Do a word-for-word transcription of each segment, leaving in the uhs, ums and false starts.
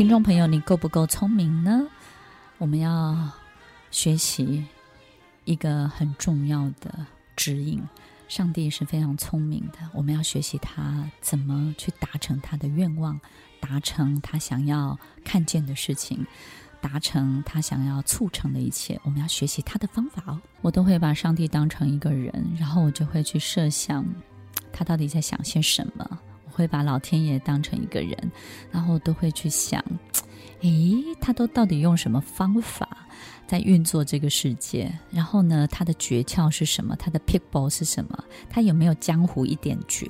听众朋友，你够不够聪明呢？我们要学习一个很重要的指引。上帝是非常聪明的，我们要学习他怎么去达成他的愿望，达成他想要看见的事情，达成他想要促成的一切。我们要学习他的方法哦。我都会把上帝当成一个人，然后我就会去设想他到底在想些什么。我会把老天爷当成一个人，然后都会去想，诶，他都到底用什么方法在运作这个世界，然后呢，他的诀窍是什么，他的 pitball 是什么，他有没有江湖一点诀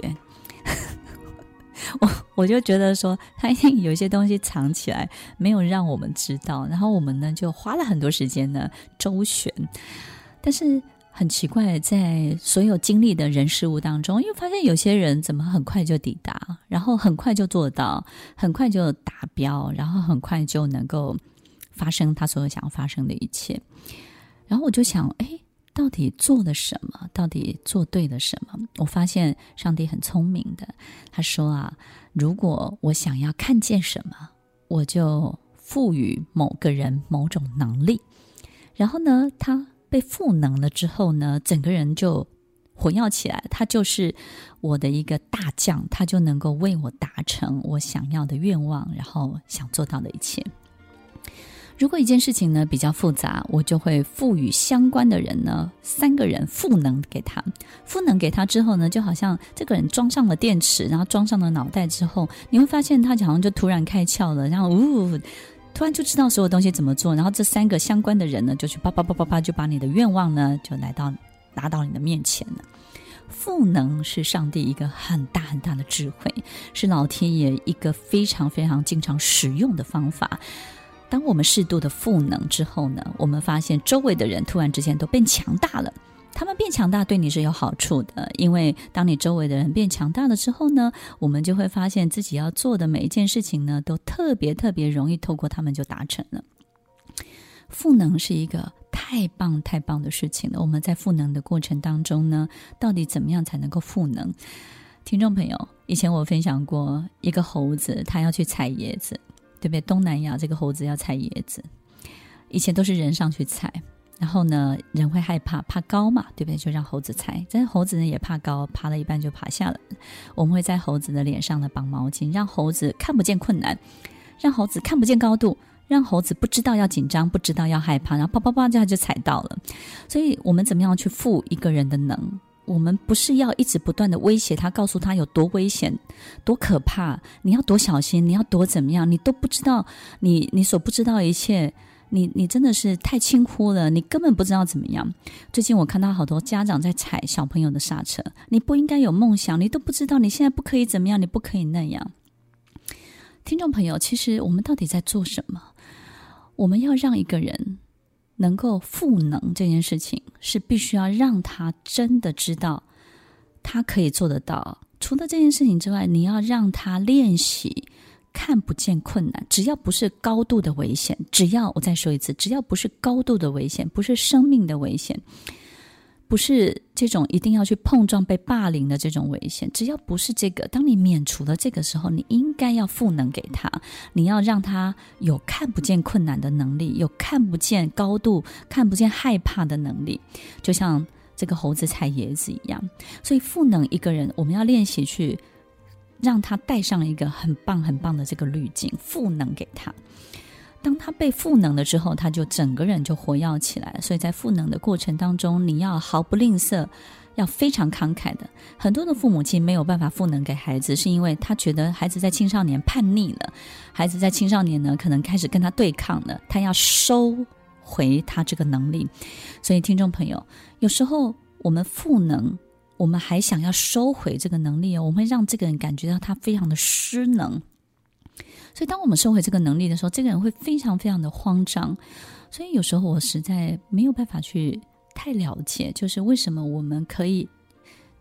我, 我就觉得说他一定有一些东西藏起来没有让我们知道，然后我们呢就花了很多时间呢周旋。但是很奇怪，在所有经历的人事物当中，因为发现有些人怎么很快就抵达，然后很快就做到，很快就达标，然后很快就能够发生他所有想要发生的一切。然后我就想，诶，到底做了什么？到底做对了什么？我发现上帝很聪明的，他说啊，如果我想要看见什么，我就赋予某个人某种能力，然后呢，他被赋能了之后呢，整个人就活跃起来，他就是我的一个大将，他就能够为我达成我想要的愿望，然后想做到的一切。如果一件事情呢比较复杂，我就会赋予相关的人呢三个人赋能给他，赋能给他之后呢，就好像这个人装上了电池，然后装上了脑袋之后，你会发现他好像就突然开窍了，然后呜突然就知道所有东西怎么做，然后这三个相关的人呢就去啪啪啪啪啪就把你的愿望呢就来到拿到你的面前了。赋能是上帝一个很大很大的智慧，是老天爷一个非常非常经常使用的方法。当我们适度的赋能之后呢，我们发现周围的人突然之间都变强大了。他们变强大对你是有好处的，因为当你周围的人变强大了之后呢，我们就会发现自己要做的每一件事情呢都特别特别容易透过他们就达成了。赋能是一个太棒太棒的事情了。我们在赋能的过程当中呢，到底怎么样才能够赋能？听众朋友，以前我分享过一个猴子，他要去采椰子，对不对？东南亚这个猴子要采椰子，以前都是人上去采，然后呢人会害怕，怕高嘛，对不对？就让猴子采，但是猴子呢也怕高，爬了一半就爬下了。我们会在猴子的脸上呢绑毛巾，让猴子看不见困难，让猴子看不见高度，让猴子不知道要紧张，不知道要害怕，然后啪啪啪这样就踩到了。所以我们怎么样去赋一个人的能？我们不是要一直不断的威胁他，告诉他有多危险多可怕，你要多小心，你要多怎么样，你都不知道，你你所不知道的一切，你你真的是太轻忽了，你根本不知道怎么样。最近我看到好多家长在踩小朋友的刹车，你不应该有梦想，你都不知道你现在不可以怎么样，你不可以那样。听众朋友，其实我们到底在做什么？我们要让一个人能够赋能这件事情，是必须要让他真的知道他可以做得到。除了这件事情之外，你要让他练习看不见困难，只要不是高度的危险，只要我再说一次，只要不是高度的危险，不是生命的危险，不是这种一定要去碰撞被霸凌的这种危险，只要不是这个，当你免除了这个时候，你应该要赋能给他，你要让他有看不见困难的能力，有看不见高度，看不见害怕的能力，就像这个猴子采椰子一样。所以赋能一个人，我们要练习去让他带上一个很棒很棒的这个滤镜，赋能给他。当他被赋能了之后，他就整个人就活跃起来了。所以在赋能的过程当中，你要毫不吝啬，要非常慷慨的。很多的父母亲没有办法赋能给孩子，是因为他觉得孩子在青少年叛逆了，孩子在青少年呢可能开始跟他对抗了，他要收回他这个能力。所以听众朋友，有时候我们赋能，我们还想要收回这个能力，我们会让这个人感觉到他非常的失能。所以当我们收回这个能力的时候，这个人会非常非常的慌张。所以有时候我实在没有办法去太了解，就是为什么我们可以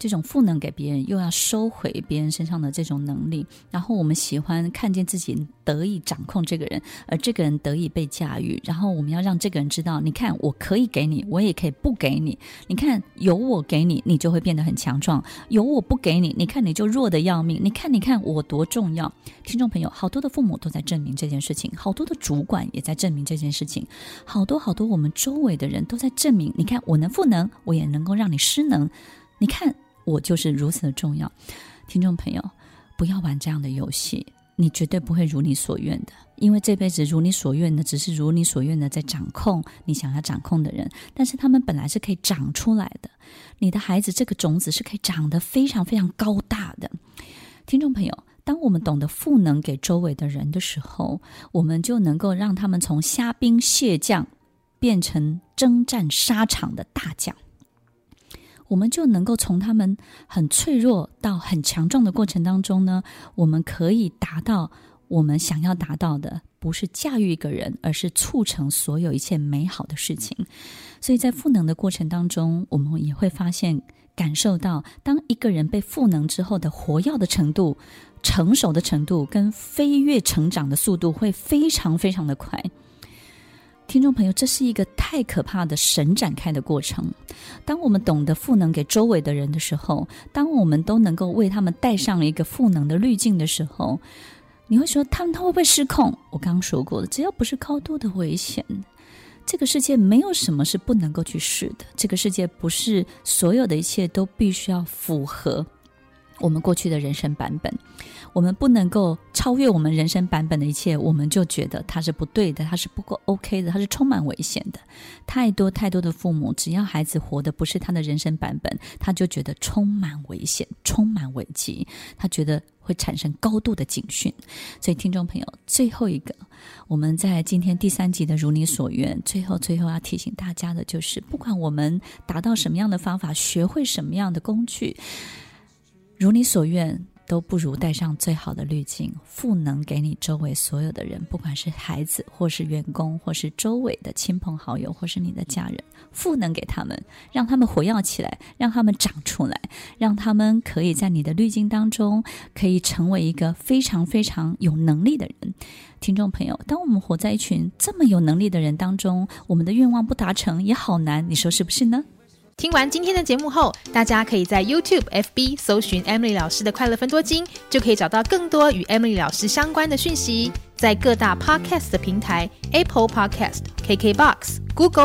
这种赋能给别人，又要收回别人身上的这种能力，然后我们喜欢看见自己得以掌控这个人，而这个人得以被驾驭，然后我们要让这个人知道，你看我可以给你，我也可以不给你，你看有我给你，你就会变得很强壮，有我不给你，你看你就弱得要命，你看你看我多重要。听众朋友，好多的父母都在证明这件事情，好多的主管也在证明这件事情，好多好多我们周围的人都在证明，你看我能赋能，我也能够让你失能，你看我就是如此的重要。听众朋友，不要玩这样的游戏，你绝对不会如你所愿的，因为这辈子如你所愿的只是如你所愿的在掌控你想要掌控的人，但是他们本来是可以长出来的，你的孩子这个种子是可以长得非常非常高大的。听众朋友，当我们懂得赋能给周围的人的时候，我们就能够让他们从虾兵蟹将变成征战沙场的大将，我们就能够从他们很脆弱到很强壮的过程当中呢，我们可以达到我们想要达到的，不是驾驭一个人，而是促成所有一切美好的事情。所以在赋能的过程当中，我们也会发现感受到，当一个人被赋能之后的活跃的程度、成熟的程度跟飞跃成长的速度会非常非常的快。听众朋友，这是一个太可怕的神展开的过程。当我们懂得赋能给周围的人的时候，当我们都能够为他们带上一个赋能的滤镜的时候，你会说他们他会不会失控？我刚刚说过了，只要不是高度的危险，这个世界没有什么是不能够去试的。这个世界不是所有的一切都必须要符合我们过去的人生版本，我们不能够超越我们人生版本的一切，我们就觉得它是不对的，它是不够 OK 的，它是充满危险的。太多太多的父母，只要孩子活的不是他的人生版本，他就觉得充满危险，充满危机，他觉得会产生高度的警讯。所以听众朋友，最后一个，我们在今天第三集的如你所愿，最后最后要提醒大家的就是，不管我们达到什么样的方法，学会什么样的工具，如你所愿都不如带上最好的滤镜，赋能给你周围所有的人，不管是孩子或是员工或是周围的亲朋好友或是你的家人，赋能给他们，让他们活跃起来，让他们长出来，让他们可以在你的滤镜当中可以成为一个非常非常有能力的人。听众朋友，当我们活在一群这么有能力的人当中，我们的愿望不达成也好难，你说是不是呢？ 听完今天的节目后，大家可以在 YouTube、F B 搜寻 Emily 老师的快乐分多金，就可以找到更多与 Emily 老师相关的讯息。在各大 Podcast 的平台 Apple Podcast、K K B O X、Google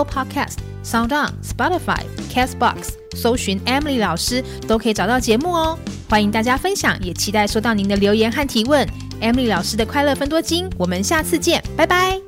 Podcast、SoundOn、Spotify、Castbox 搜寻 Emily 老师都可以找到节目哦。欢迎大家分享，也期待收到您的留言和提问。Emily 老师的快乐分多金，我们下次见，拜拜。